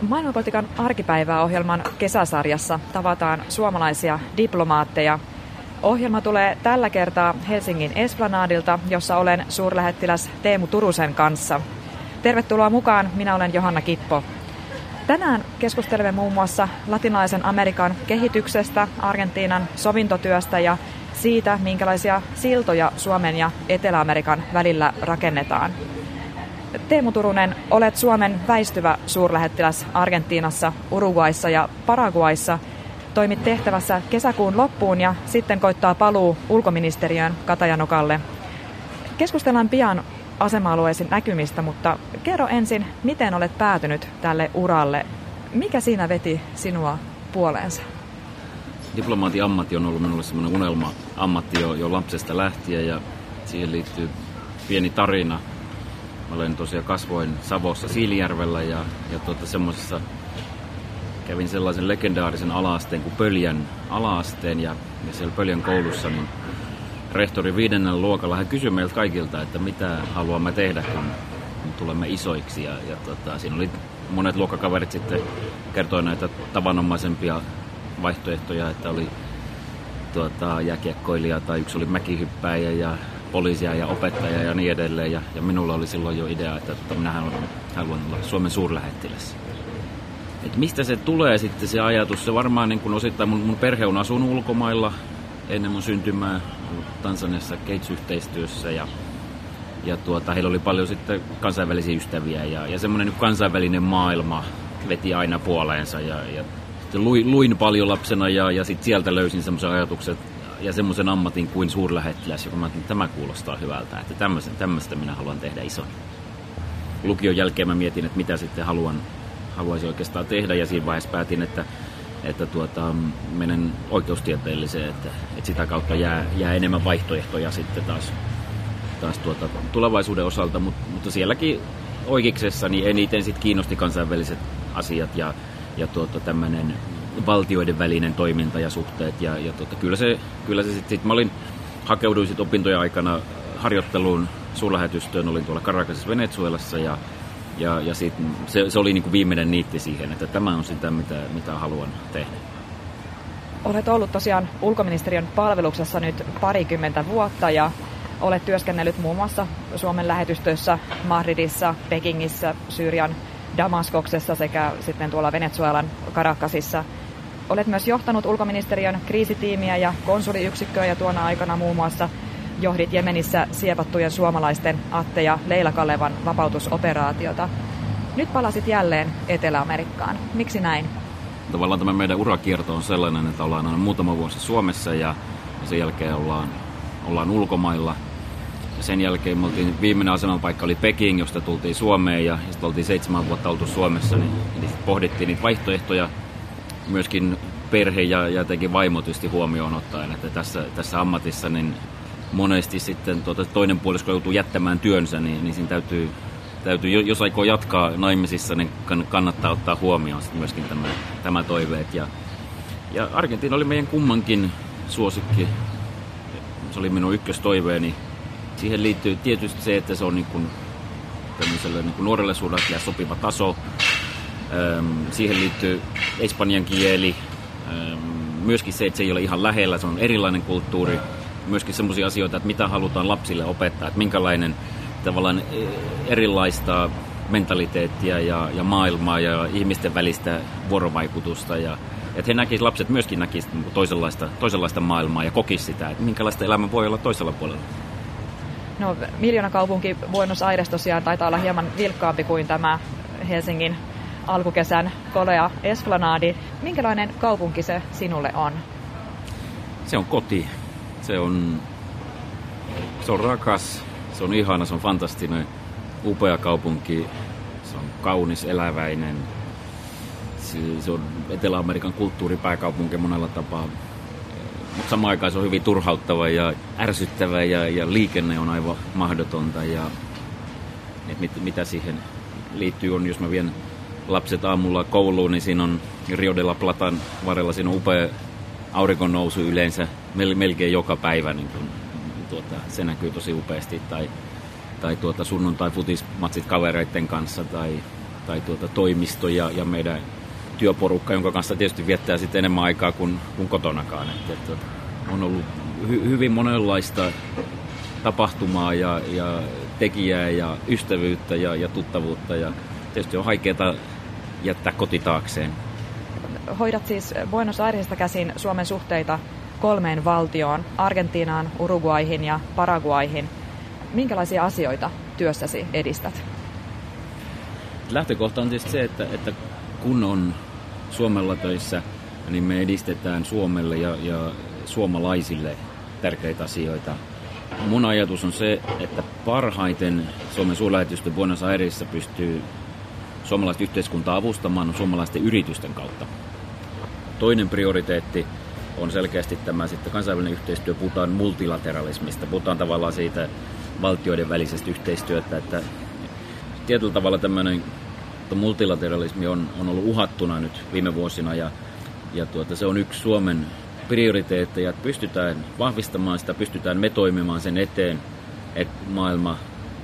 Maailmanpolitiikan arkipäivää-ohjelman kesäsarjassa tavataan suomalaisia diplomaatteja. Ohjelma tulee tällä kertaa Helsingin Esplanadilta, jossa olen suurlähettiläs Teemu Turusen kanssa. Tervetuloa mukaan, minä olen Johanna Kippo. Tänään keskustelemme muun muassa latinalaisen Amerikan kehityksestä, Argentiinan sovintotyöstä ja siitä, minkälaisia siltoja Suomen ja Etelä-Amerikan välillä rakennetaan. Teemu Turunen, olet Suomen väistyvä suurlähettiläs Argentiinassa, Uruguayssa ja Paraguayssa. Toimit tehtävässä kesäkuun loppuun ja sitten koittaa paluu ulkoministeriön Katajanokalle. Keskustellaan pian asema-alueesi näkymistä, mutta kerro ensin, miten olet päätynyt tälle uralle? Mikä siinä veti sinua puoleensa? Diplomaatin ammatti on ollut minulle semmoinen unelma-ammatti jo lapsesta lähtien ja siihen liittyy pieni tarina. Mä olen tosiaan kasvoin Savossa Siilijärvellä ja semmoisessa kävin sellaisen legendaarisen ala-asteen kuin Pöljän ala-asteen ja siellä Pöljän koulussa niin rehtori 5. luokalla hän kysyi meiltä kaikilta, että mitä haluamme tehdä, kun tulemme isoiksi. Ja siinä oli monet luokkakaverit sitten kertoi näitä tavanomaisempia vaihtoehtoja, että oli jääkiekkoilija tai yksi oli mäkihyppäjä ja poliisia ja opettaja ja niin edelleen. Ja minulla oli silloin jo idea, että minähän haluan olla Suomen suurlähettiläs. Et mistä se tulee sitten se ajatus? Se varmaan niin kun osittain mun perhe on asunut ulkomailla ennen mun syntymää Tansaniassa kehitysyhteistyössä ja heillä oli paljon sitten kansainvälisiä ystäviä ja semmoinen niin kansainvälinen maailma veti aina puoleensa ja sitten luin paljon lapsena ja sitten sieltä löysin semmoisen ajatuksen ja semmoisen ammatin kuin suurlähettiläs, joka mä ajattelin, että tämä kuulostaa hyvältä, että tämmöistä minä haluan tehdä ison. Lukion jälkeen mä mietin, että mitä sitten haluaisin oikeastaan tehdä ja siinä vaiheessa päätin, että menen oikeustieteelliseen, että sitä kautta jää enemmän vaihtoehtoja sitten taas tulevaisuuden osalta, mutta sielläkin oikeuksessa niin eniten sitten kiinnosti kansainväliset asiat ja tämmöinen valtioiden välinen toiminta ja suhteet ja kyllä se sitten mä hakeuduin sit opintojen aikana harjoitteluun suurlähetystöön, olin tuolla Caracasissa Venezuelassa ja sitten se oli niin kuin viimeinen niitti siihen, että tämä on sitä, mitä haluan tehdä. Olet ollut tosiaan ulkoministeriön palveluksessa nyt 20 vuotta ja olet työskennellyt muun muassa Suomen lähetystössä Madridissa, Pekingissä, Syyrian Damaskoksessa sekä sitten tuolla Venezuelan Caracasissa. Olet myös johtanut ulkoministeriön kriisitiimiä ja konsuliyksikköä ja tuona aikana muun muassa johdit Jemenissä siepattujen suomalaisten Atte ja Leila Kalevan vapautusoperaatiota. Nyt palasit jälleen Etelä-Amerikkaan. Miksi näin? Tavallaan tämä meidän urakierto on sellainen, että ollaan aina muutama vuosi Suomessa ja sen jälkeen ollaan ulkomailla. Ja sen jälkeen viimeinen asemapaikka oli Peking, josta tultiin Suomeen ja sitten oltiin 7 vuotta oltu Suomessa, niin pohdittiin niitä vaihtoehtoja myöskin perhe ja jotenkin vaimo tietysti huomioon ottaen, että tässä ammatissa niin monesti sitten toinen puolisko joutuu jättämään työnsä, niin siinä täytyy, jos aikoo jatkaa naimisissa, niin kannattaa ottaa huomioon sitten myöskin tämä toiveet. Ja Argentiina oli meidän kummankin suosikki. Se oli minun ykköstoiveeni. Siihen liittyy tietysti se, että se on niin kuin tämmöiselle niin kuin nuorelle suurlähettiläälle sopiva taso. Siihen liittyy espanjan kieli. Myöskin se, että se ei ole ihan lähellä, se on erilainen kulttuuri. Myöskin semmoisia asioita, että mitä halutaan lapsille opettaa, että minkälainen tavallaan erilaista mentaliteettia ja maailmaa ja ihmisten välistä vuorovaikutusta. Ja, että lapset myöskin näkisivät toisenlaista maailmaa ja kokisivat sitä, että minkälaista elämä voi olla toisella puolella. No, miljoonakaupunki Buenos Aires tosiaan taitaa olla hieman vilkkaampi kuin tämä Helsingin alkukesän kolea Esplanadi. Minkälainen kaupunki se sinulle on? Se on koti. Se on rakas, se on ihana, se on fantastinen, upea kaupunki, se on kaunis, eläväinen. Se on Etelä-Amerikan kulttuuripääkaupunki monella tapaa, mutta samaan aikaan se on hyvin turhauttava ja ärsyttävä ja liikenne on aivan mahdotonta. Ja mitä siihen liittyy on, jos mä vien lapset aamulla kouluun, niin siinä on Rio de la Platan varrella, siinä on upea auringon nousu yleensä melkein joka päivä, niin se näkyy tosi upeasti, tai sunnuntai futismatsit kavereiden kanssa, toimisto ja meidän työporukka, jonka kanssa tietysti viettää sitten enemmän aikaa kuin kotonakaan. On ollut hyvin monenlaista tapahtumaa ja tekijää ja ystävyyttä ja tuttavuutta ja tietysti on haikeaa jättää koti taakseen. Hoidat siis Buenos Airesista käsin Suomen suhteita 3 valtioon, Argentiinaan, Uruguayhin ja Paraguayhin. Minkälaisia asioita työssäsi edistät? Lähtökohta on tietysti se, että kun on Suomella töissä, niin me edistetään Suomelle ja suomalaisille tärkeitä asioita. Mun ajatus on se, että parhaiten Suomen suurlähetystö Buenos Airesissa pystyy suomalaista yhteiskuntaa avustamaan suomalaisten yritysten kautta. Toinen prioriteetti on selkeästi tämä sitten kansainvälinen yhteistyö. Puhutaan multilateralismista, puhutaan tavallaan siitä valtioiden välisestä yhteistyötä, että tietyllä tavalla tämmöinen multilateralismi on ollut uhattuna nyt viime vuosina ja se on yksi Suomen prioriteetteja, että pystytään vahvistamaan sitä, pystytään me toimimaan sen eteen, että maailma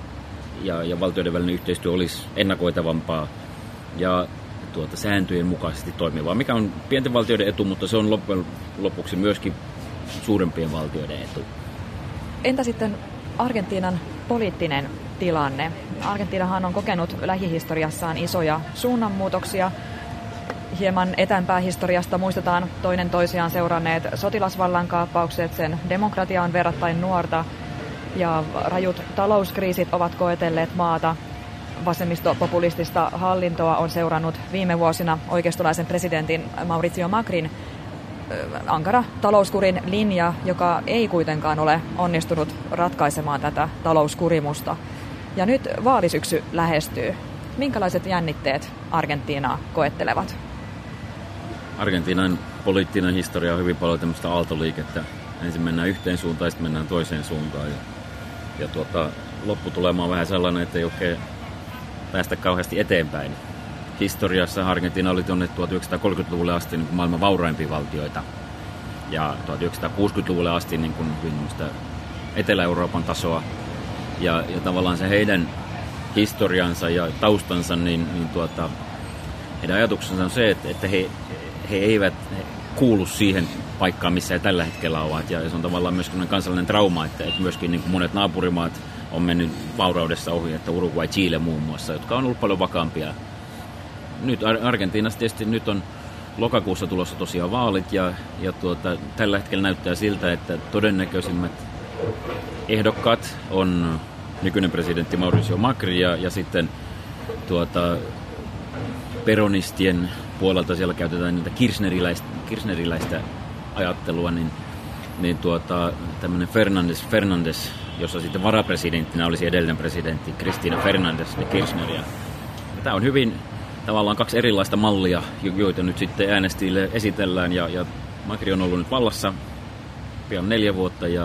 ja valtioiden välinen yhteistyö olisi ennakoitavampaa ja sääntöjen mukaisesti toimivaa, mikä on pienten valtioiden etu, mutta se on loppujen lopuksi myöskin suurempien valtioiden etu. Entä sitten Argentiinan poliittinen tilanne? Argentiinahan on kokenut lähihistoriassaan isoja suunnanmuutoksia. Hieman etäämpää historiasta muistetaan toinen toisiaan seuranneet sotilasvallankaappaukset, sen demokratia on verrattain nuorta ja rajut talouskriisit ovat koetelleet maata. Vasemmistopopulistista hallintoa on seurannut viime vuosina oikeistolaisen presidentin Mauricio Macrin ankara talouskurin linja, joka ei kuitenkaan ole onnistunut ratkaisemaan tätä talouskurimusta. Ja nyt vaalisyksy lähestyy. Minkälaiset jännitteet Argentiinaa koettelevat? Argentiinan poliittinen historia on hyvin paljon tämmöistä aaltoliikettä. Ensin mennään yhteen suuntaan ja sitten mennään toiseen suuntaan. Ja lopputulema on vähän sellainen, että ei oikein päästä kauheasti eteenpäin. Historiassa Argentiina oli tuonne 1930-luvulle asti niin kuin maailman vauraimpia valtioita. Ja 1960-luvulle asti niin kuin Etelä-Euroopan tasoa. Ja tavallaan se heidän historiansa ja taustansa, heidän ajatuksensa on se, että he eivät kuulu siihen paikkaan, missä he tällä hetkellä ovat. Ja se on tavallaan myöskin kansallinen trauma, että myöskin niin kuin monet naapurimaat on mennyt vauraudessa ohi, että Uruguay, Chile muun muassa, jotka on ollut paljon vakaampia. Nyt Argentiinassa tietysti nyt on lokakuussa tulossa tosiaan vaalit ja tällä hetkellä näyttää siltä, että todennäköisimmät ehdokkaat on nykyinen presidentti Mauricio Macri ja sitten peronistien puolelta siellä käytetään niitä kirchneriläistä ajattelua, niin tämmöinen Fernandes, jossa sitten varapresidenttinä olisi edellinen presidentti Cristina Fernández ja Kirchner. Tämä on hyvin tavallaan 2 erilaista mallia, joita nyt sitten äänestäjille esitellään ja Macri on ollut nyt vallassa pian 4 vuotta ja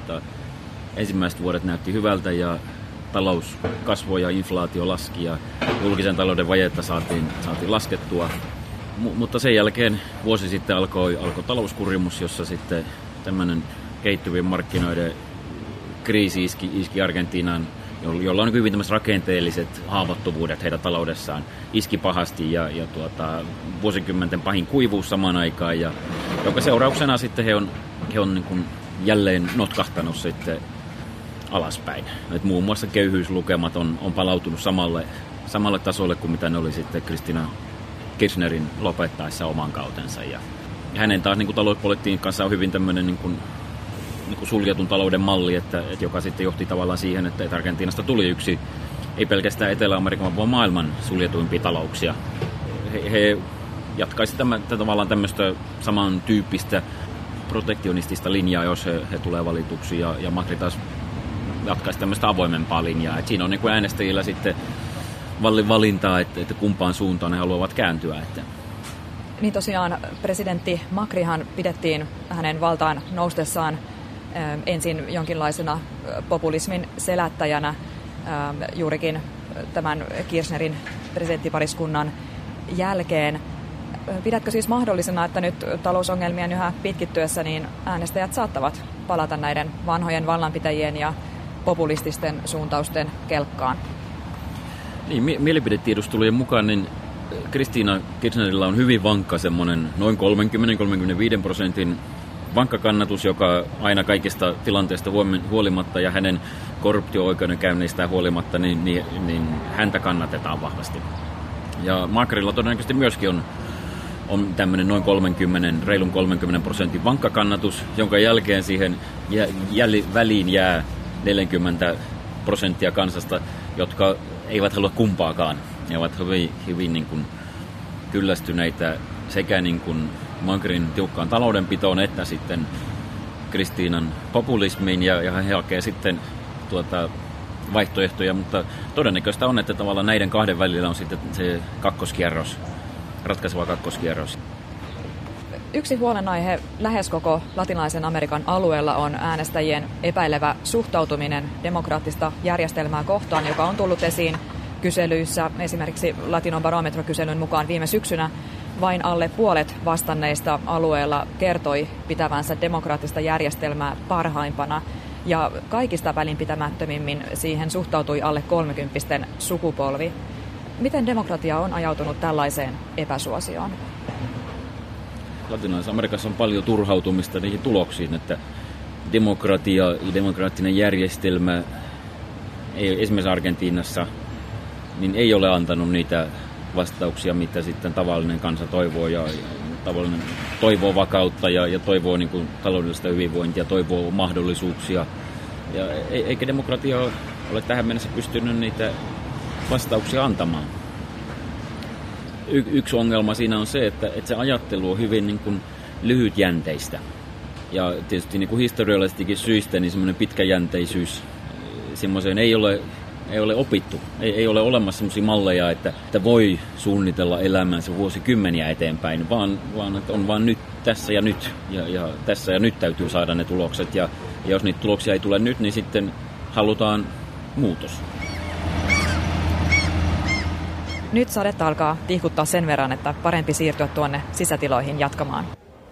ensimmäiset vuodet näytti hyvältä ja talous kasvoi ja inflaatio laski ja julkisen talouden vajetta saatiin laskettua. Mutta sen jälkeen vuosi sitten alkoi talouskurimus, jossa sitten tämmöinen kehittyvien markkinoiden kriisi iski Argentiinaan, jolla on hyvin tämmöiset rakenteelliset haavoittuvuudet heidän taloudessaan, iski pahasti ja vuosikymmenten pahin kuivuus samaan aikaan, ja jonka seurauksena sitten he on niin kuin jälleen notkahtanut sitten alaspäin. Et muun muassa köyhyyslukemat on palautunut samalle tasolle kuin mitä ne oli sitten Cristina Kirchnerin lopettaessa oman kautensa. Ja hänen taas niin talouspolitiikan kanssa on hyvin tämmöinen niin suljetun talouden malli, että joka sitten johti tavallaan siihen, että Argentiinasta tuli yksi, ei pelkästään Etelä-Amerikan, vaan maailman suljetuimpia talouksia. He jatkaisivat tavallaan tämmöistä samantyyppistä protektionistista linjaa, jos he tulee valituksi, ja Macri taas jatkaisi tämmöistä avoimempaa linjaa. Et siinä on niin kuin äänestäjillä sitten valintaa, että kumpaan suuntaan ne haluavat kääntyä. Niin tosiaan presidentti Macrihan pidettiin hänen valtaan noustessaan ensin jonkinlaisena populismin selättäjänä juurikin tämän Kirchnerin presidenttipariskunnan jälkeen. Pidätkö siis mahdollisena, että nyt talousongelmien yhä pitkittyessä niin äänestäjät saattavat palata näiden vanhojen vallanpitäjien ja populististen suuntausten kelkkaan? Niin, mielipidetiedustelujen mukaan niin Kristiina Kirchnerillä on hyvin vankka semmoinen noin 30-35% vankka kannatus, joka aina kaikista tilanteista huolimatta ja hänen korruptio-oikeudenkäynneistään huolimatta, niin häntä kannatetaan vahvasti. Ja Macronilla todennäköisesti myöskin on tämmöinen noin reilun 30% vankka kannatus, jonka jälkeen siihen väliin jää 40% kansasta, jotka eivät halua kumpaakaan. Ne ovat hyvin niin kuin kyllästyneitä sekä niin kuin Macronin tiukkaan taloudenpitoon että sitten Kristiinan populismiin ja he hakee sitten vaihtoehtoja, mutta todennäköistä on, että tavallaan näiden kahden välillä on sitten se ratkaiseva kakkoskierros. Yksi huolenaihe lähes koko latinalaisen Amerikan alueella on äänestäjien epäilevä suhtautuminen demokraattista järjestelmää kohtaan, joka on tullut esiin kyselyissä. Esimerkiksi Latinon barometrokyselyn mukaan viime syksynä vain alle puolet vastanneista alueella kertoi pitävänsä demokraattista järjestelmää parhaimpana. Ja kaikista välinpitämättömimmin siihen suhtautui alle 30 sukupolvi. Miten demokratia on ajautunut tällaiseen epäsuosioon? Latinalaisessa Amerikassa on paljon turhautumista niihin tuloksiin, että demokratia ja demokraattinen järjestelmä esimerkiksi Argentiinassa niin ei ole antanut niitä vastauksia, mitä sitten tavallinen kansa toivoo ja tavallinen toivoo vakautta ja toivoo niin kuin taloudellista hyvinvointia, toivoo mahdollisuuksia. Ja eikä demokratia ole tähän mennessä pystynyt niitä vastauksia antamaan. Yksi ongelma siinä on se, että se ajattelu on hyvin niin kuin lyhytjänteistä. Ja tietysti niin kuin historiallisestikin syistä niin semmoinen pitkäjänteisyys, semmoiseen ei ole opittu. Ei ole olemassa semmoisia malleja, että voi suunnitella elämänsä vuosikymmeniä eteenpäin, vaan että on vaan nyt, tässä ja nyt. Ja tässä ja nyt täytyy saada ne tulokset. Ja jos niitä tuloksia ei tule nyt, niin sitten halutaan muutos. Nyt sadetta alkaa tihkuttaa sen verran, että parempi siirtyä tuonne sisätiloihin jatkamaan.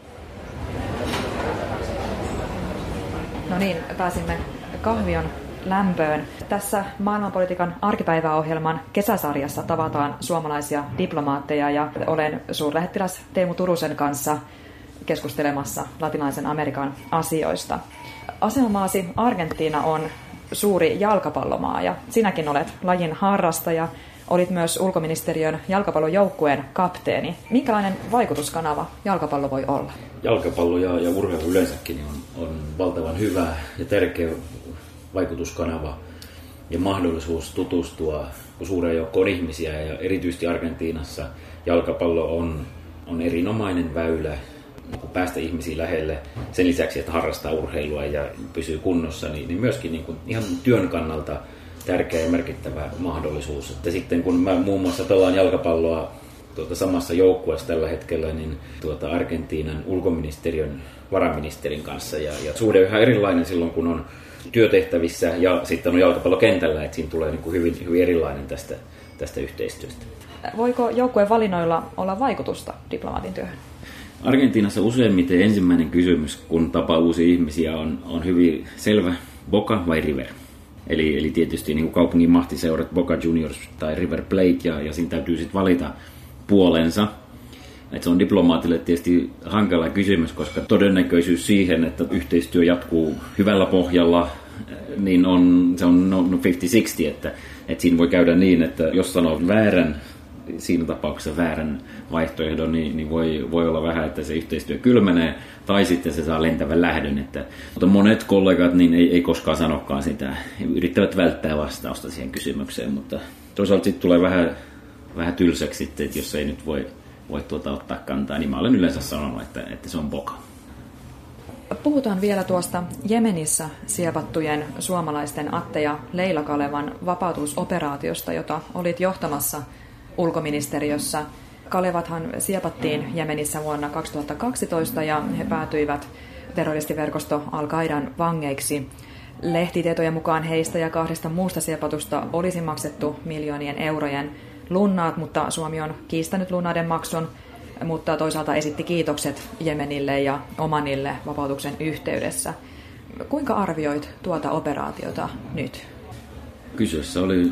No niin, pääsimme kahvion lämpöön. Tässä maailmanpolitiikan arkipäiväohjelman kesäsarjassa tavataan suomalaisia diplomaatteja ja olen suurlähettiläs Teemu Turusen kanssa keskustelemassa Latinalaisen Amerikan asioista. Asemamaasi Argentiina on suuri jalkapallomaa ja sinäkin olet lajin harrastaja. Olit myös ulkoministeriön jalkapallojoukkueen kapteeni. Minkälainen vaikutuskanava jalkapallo voi olla? Jalkapallo ja urheilu yleensäkin on valtavan hyvä ja tärkeä vaikutuskanava ja mahdollisuus tutustua suureen joukkoon ihmisiä. Ja erityisesti Argentiinassa jalkapallo on erinomainen väylä päästä ihmisiin lähelle. Sen lisäksi, että harrastaa urheilua ja pysyy kunnossa, niin myöskin niin kuin ihan työn kannalta tärkeä ja merkittävä mahdollisuus. Että sitten kun mä muun muassa pelaan jalkapalloa samassa joukkueessa tällä hetkellä, niin Argentiinan ulkoministeriön varaministerin kanssa. Ja suhde on ihan erilainen silloin, kun on työtehtävissä ja sitten on jalkapallokentällä, että siinä tulee niin kuin hyvin, hyvin erilainen tästä yhteistyöstä. Voiko joukkueen valinnoilla olla vaikutusta diplomaatin työhön? Argentiinassa useimmiten ensimmäinen kysymys, kun tapaa uusia ihmisiä, on hyvin selvä: Boca vai River? Eli tietysti niin kuin kaupungin mahtiseurat Boca Juniors tai River Plate, ja siinä täytyy sitten valita puolensa. Et se on diplomaatille tietysti hankala kysymys, koska todennäköisyys siihen, että yhteistyö jatkuu hyvällä pohjalla, niin se on 50-60, että siinä voi käydä niin, että jos sanoo väärän, siinä tapauksessa väärän vaihtoehdon, niin voi olla vähän, että se yhteistyö kylmenee, tai sitten se saa lentävän lähdön. Mutta monet kollegat niin ei koskaan sanokaan sitä, yrittävät välttää vastausta siihen kysymykseen, mutta toisaalta sitten tulee vähän tylsäksi sitten, että jos ei nyt voi ottaa kantaa, niin mä olen yleensä sanonut, että se on Boca. Puhutaan vielä tuosta Jemenissä siepattujen suomalaisten Atte ja Leila Kalevan vapautusoperaatiosta, jota olit johtamassa ulkoministeriössä. Kalevathan siepattiin Jemenissä vuonna 2012 ja he päätyivät terroristiverkosto Al-Qaidan vangeiksi. Lehtitietojen mukaan heistä ja 2 muusta siepatusta olisi maksettu miljoonien eurojen lunnaat, mutta Suomi on kiistänyt lunnaiden maksun, mutta toisaalta esitti kiitokset Jemenille ja Omanille vapautuksen yhteydessä. Kuinka arvioit tuota operaatiota nyt? Kyseessä oli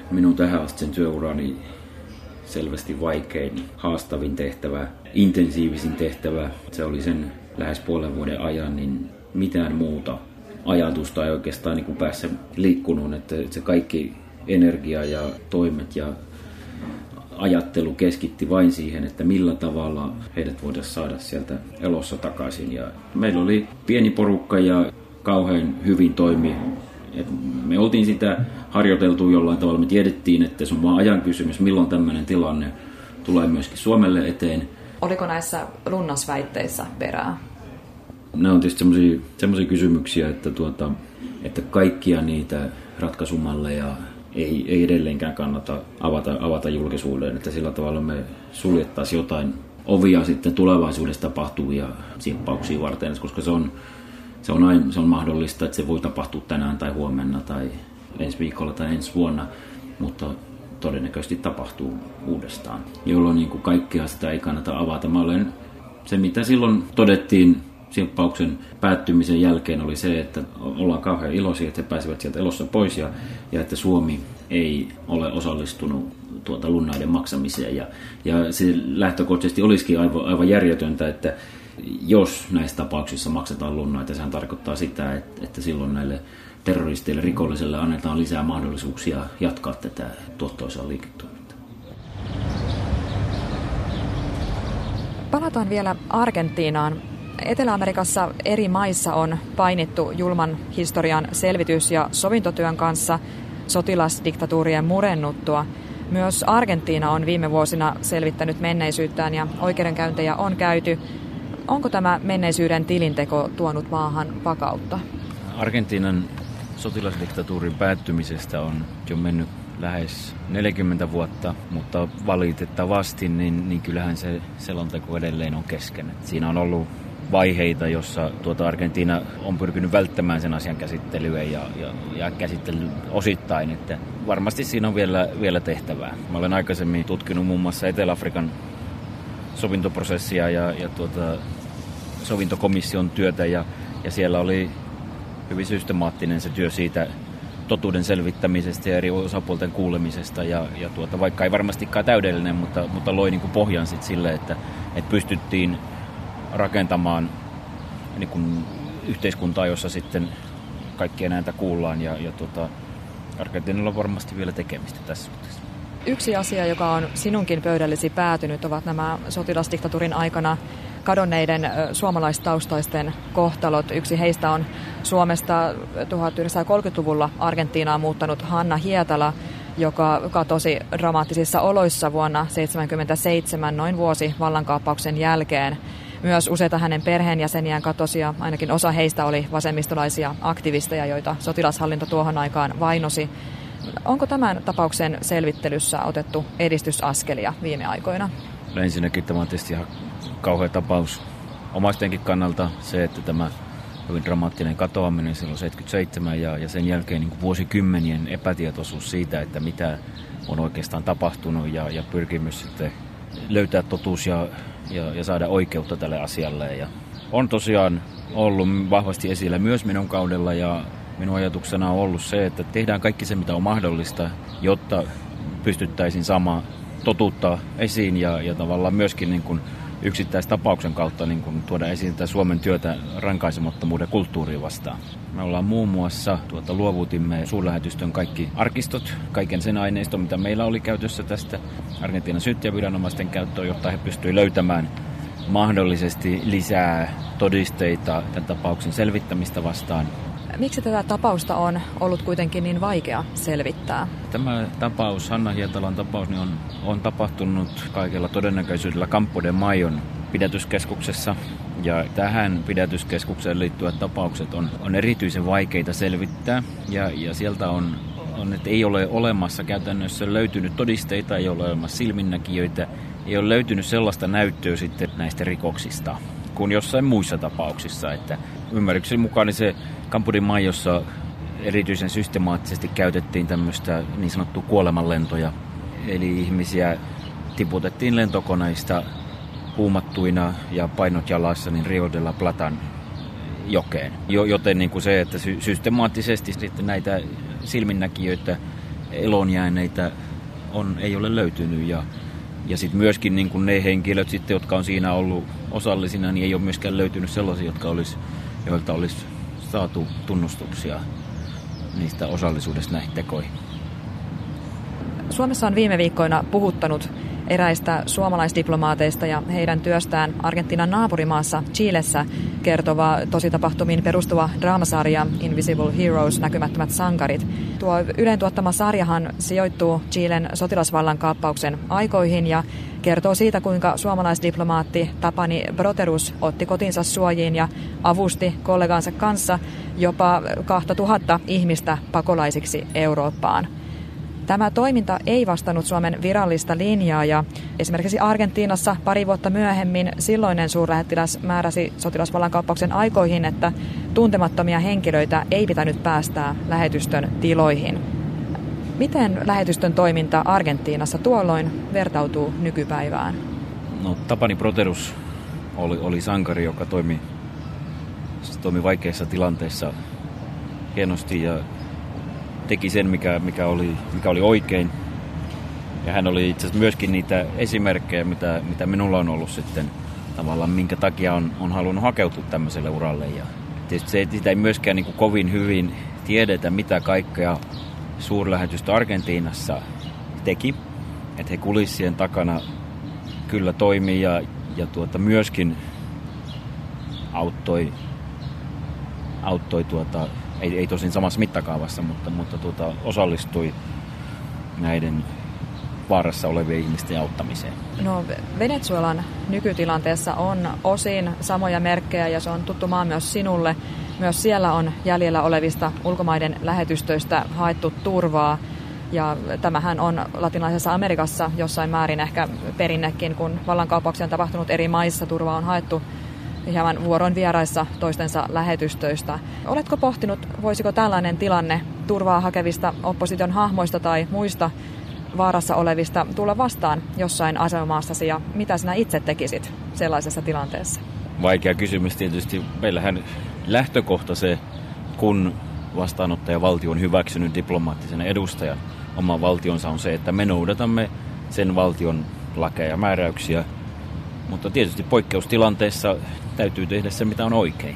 minun tähän asti sen työurani selvästi vaikein, haastavin tehtävä, intensiivisin tehtävä. Se oli sen lähes puolen vuoden ajan, niin mitään muuta ajatusta ei oikeastaan niin kuin päässä liikkunut, että se kaikki energia ja toimet ja ajattelu keskitti vain siihen, että millä tavalla heidät voitaisiin saada sieltä elossa takaisin. Ja meillä oli pieni porukka ja kauhean hyvin toimi. Me oltiin sitä harjoiteltu jollain tavalla. Me tiedettiin, että se on vain ajan kysymys, milloin tämmöinen tilanne tulee myöskin Suomelle eteen. Oliko näissä lunnasväitteissä perää? Nämä on tietysti semmoisia kysymyksiä, että kaikkia niitä ratkaisumalleja ei edelleenkään kannata avata julkisuuteen, että sillä tavalla me suljettaisiin jotain ovia sitten tulevaisuudessa tapahtuvia simppauksia varten, koska se on mahdollista, että se voi tapahtua tänään tai huomenna tai ensi viikolla tai ensi vuonna, mutta todennäköisesti tapahtuu uudestaan, jolloin niin kuin kaikkea sitä ei kannata avata. Se, mitä silloin todettiin simppauksen päättymisen jälkeen, oli se, että ollaan kauhean iloisia, että he pääsivät sieltä elossa pois ja että Suomi ei ole osallistunut lunnaiden maksamiseen. Ja se lähtökohtaisesti olisikin aivan järjetöntä, että jos näissä tapauksissa maksetaan lunnaita, sehän tarkoittaa sitä, että silloin näille terroristeille, rikollisille annetaan lisää mahdollisuuksia jatkaa tätä tuottoisaa liiketoimintaa. Palataan vielä Argentiinaan. Etelä-Amerikassa eri maissa on painittu julman historian selvitys- ja sovintotyön kanssa sotilasdiktatuurien murennuttua. Myös Argentiina on viime vuosina selvittänyt menneisyyttään ja oikeudenkäyntejä on käyty. Onko tämä menneisyyden tilinteko tuonut maahan vakautta? Argentiinan sotilasdiktatuurin päättymisestä on jo mennyt lähes 40 vuotta, mutta valitettavasti niin kyllähän se selonteko edelleen on kesken. Siinä on ollut vaiheita, jossa Argentiina on pyrkinyt välttämään sen asian käsittelyä ja käsittely osittain, että varmasti siinä on vielä tehtävää. Mä olen aikaisemmin tutkinut muun muassa Etelä-Afrikan sovintoprosessia ja sovintokomission työtä ja siellä oli hyvin systemaattinen se työ siitä totuuden selvittämisestä ja eri osapuolten kuulemisesta ja vaikka ei varmastikaan täydellinen, mutta loi niin kuin pohjan sit sille, että pystyttiin rakentamaan niin kuin yhteiskuntaa, jossa sitten kaikkien ääntä kuullaan ja Argentiinalla on varmasti vielä tekemistä tässä suhteessa. Yksi asia, joka on sinunkin pöydällesi päätynyt, ovat nämä sotilasdiktatuurin aikana kadonneiden suomalaistaustaisten kohtalot. Yksi heistä on Suomesta 1930-luvulla Argentiinaan muuttanut Hanna Hietala, joka katosi dramaattisissa oloissa vuonna 1977, noin vuosi vallankaappauksen jälkeen. Myös useita hänen perheenjäseniään katosi ja ainakin osa heistä oli vasemmistolaisia aktivisteja, joita sotilashallinto tuohon aikaan vainosi. Onko tämän tapauksen selvittelyssä otettu edistysaskelia viime aikoina? Ensinnäkin tämä on tietysti ihan kauhea tapaus omaistenkin kannalta se, että tämä hyvin dramaattinen katoaminen silloin 77 ja sen jälkeen niin kuin vuosikymmenien epätietoisuus siitä, että mitä on oikeastaan tapahtunut ja pyrkimys sitten löytää totuus ja saada oikeutta tälle asialle. Ja on tosiaan ollut vahvasti esillä myös minun kaudella ja minun ajatuksena on ollut se, että tehdään kaikki se, mitä on mahdollista, jotta pystyttäisiin saamaan totuutta esiin ja tavallaan myöskin niin kuin yksittäistapauksen kautta niin kuin tuoda esiin tätä Suomen työtä rankaisemattomuuden kulttuuriin vastaan. Me ollaan muun muassa luovutimme suurlähetystön kaikki arkistot, kaiken sen aineiston, mitä meillä oli käytössä tästä Argentiinan syyttäjäviranomaisten käyttöön, jotta he pystyivät löytämään mahdollisesti lisää todisteita tämän tapauksen selvittämistä vastaan. Miksi tätä tapausta on ollut kuitenkin niin vaikea selvittää? Tämä tapaus, Hanna Hietalan tapaus, niin on tapahtunut kaikella todennäköisyydellä Campo de Mayon pidätyskeskuksessa. Ja tähän pidätyskeskukseen liittyvät tapaukset on erityisen vaikeita selvittää. Ja sieltä on, että ei ole olemassa käytännössä löytynyt todisteita, ei ole olemassa silminnäkijöitä, ei ole löytynyt sellaista näyttöä sitten näistä rikoksista kuin jossain muissa tapauksissa. Että ymmärrykseni mukaan niin se Campo de Mayossa erityisen systemaattisesti käytettiin tämmöistä niin sanottua kuolemanlentoja. Eli ihmisiä tiputettiin lentokoneista huumattuina ja painot jalassa niin Rio de la Platan jokeen. Joten niin kuin se, että systemaattisesti sitten näitä silminnäkijöitä elonjääneitä ei ole löytynyt. Ja sitten myöskin niin kuin ne henkilöt, sitten, jotka on siinä ollut osallisina, niin ei ole myöskään löytynyt sellaisia, joilta olisi saatu tunnustuksia niistä osallisuudesta näihin tekoihin. Suomessa on viime viikkoina puhuttanut eräistä suomalaisdiplomaateista ja heidän työstään Argentiinan naapurimaassa Chilessä kertova tositapahtumiin perustuva draamasarja Invisible Heroes, näkymättömät sankarit. Tuo Ylen tuottama sarjahan sijoittuu Chilen sotilasvallankaappauksen aikoihin ja kertoo siitä, kuinka suomalaisdiplomaatti Tapani Broterus otti kotinsa suojiin ja avusti kollegansa kanssa jopa 2000 ihmistä pakolaisiksi Eurooppaan. Tämä toiminta ei vastannut Suomen virallista linjaa ja esimerkiksi Argentiinassa pari vuotta myöhemmin silloinen suurlähettiläs määräsi sotilasvallankaappauksen aikoihin, että tuntemattomia henkilöitä ei pitänyt päästää lähetystön tiloihin. Miten lähetystön toiminta Argentiinassa tuolloin vertautuu nykypäivään? No, Tapani Broterus oli sankari, joka toimi vaikeissa tilanteissa hienosti ja teki sen, mikä oli oikein. Ja hän oli itse asiassa myöskin niitä esimerkkejä, mitä minulla on ollut sitten tavallaan, minkä takia on halunnut hakeutua tämmöiselle uralle. Ja tietysti sitä ei myöskään niin kuin kovin hyvin tiedetä, mitä kaikkea suurlähetystö Argentiinassa teki. Että he kulissien takana kyllä toimi ja myöskin auttoi ei tosin samassa mittakaavassa, mutta osallistui näiden vaarassa olevien ihmisten auttamiseen. No, Venezuelan nykytilanteessa on osin samoja merkkejä ja se on tuttu maa myös sinulle. Myös siellä on jäljellä olevista ulkomaiden lähetystöistä haettu turvaa. Ja tämähän on Latinalaisessa Amerikassa jossain määrin ehkä perinnekin, kun vallankaappauksia on tapahtunut eri maissa, turvaa on haettu hieman vuoroin vieraissa toistensa lähetystöistä. Oletko pohtinut, voisiko tällainen tilanne turvaa hakevista opposition hahmoista tai muista vaarassa olevista tulla vastaan jossain asemamaassasi ja mitä sinä itse tekisit sellaisessa tilanteessa? Vaikea kysymys tietysti. Meillähän lähtökohta se, kun vastaanottajavaltio on hyväksynyt diplomaattisen edustajan oman valtionsa, on se, että me noudatamme sen valtion lakeja ja määräyksiä. Mutta tietysti poikkeustilanteessa täytyy tehdä se, mitä on oikein.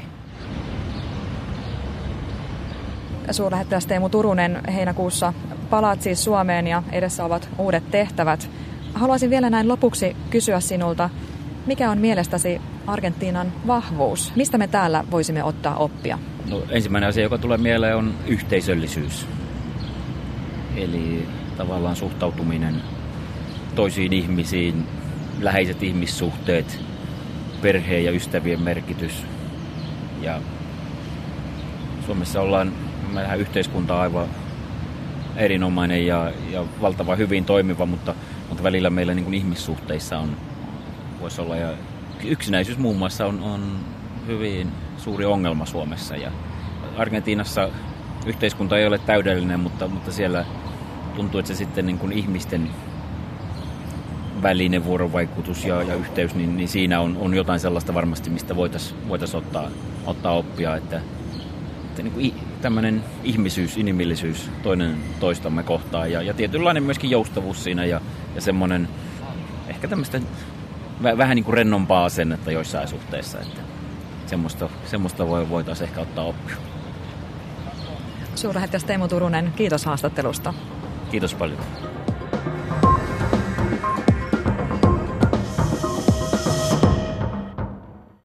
Suurlähettiläs Teemu Turunen, heinäkuussa palaat siis Suomeen ja edessä ovat uudet tehtävät. Haluaisin vielä näin lopuksi kysyä sinulta, mikä on mielestäsi Argentiinan vahvuus? Mistä me täällä voisimme ottaa oppia? No, ensimmäinen asia, joka tulee mieleen, on yhteisöllisyys. Eli tavallaan suhtautuminen toisiin ihmisiin, läheiset ihmissuhteet, perheen ja ystävien merkitys. Ja Suomessa meillähän yhteiskunta on aivan erinomainen ja valtavan hyvin toimiva, mutta välillä meillä niin kuin ihmissuhteissa voisi olla. Ja yksinäisyys muun muassa on hyvin suuri ongelma Suomessa. Ja Argentiinassa yhteiskunta ei ole täydellinen, mutta siellä tuntuu, että se sitten niin kuin ihmisten välinen vuorovaikutus ja yhteys, niin siinä on jotain sellaista varmasti, mistä voitaisiin ottaa oppia, että niin kuin tämmöinen ihmisyys, inhimillisyys toinen toistamme kohtaan ja tietynlainen myöskin joustavuus siinä ja semmoinen ehkä tämmöistä vähän niin kuin rennompaa asennetta joissain suhteissa, että semmoista voitaisiin ehkä ottaa oppia. Suurlähettiläs Teemu Turunen, kiitos haastattelusta. Kiitos paljon.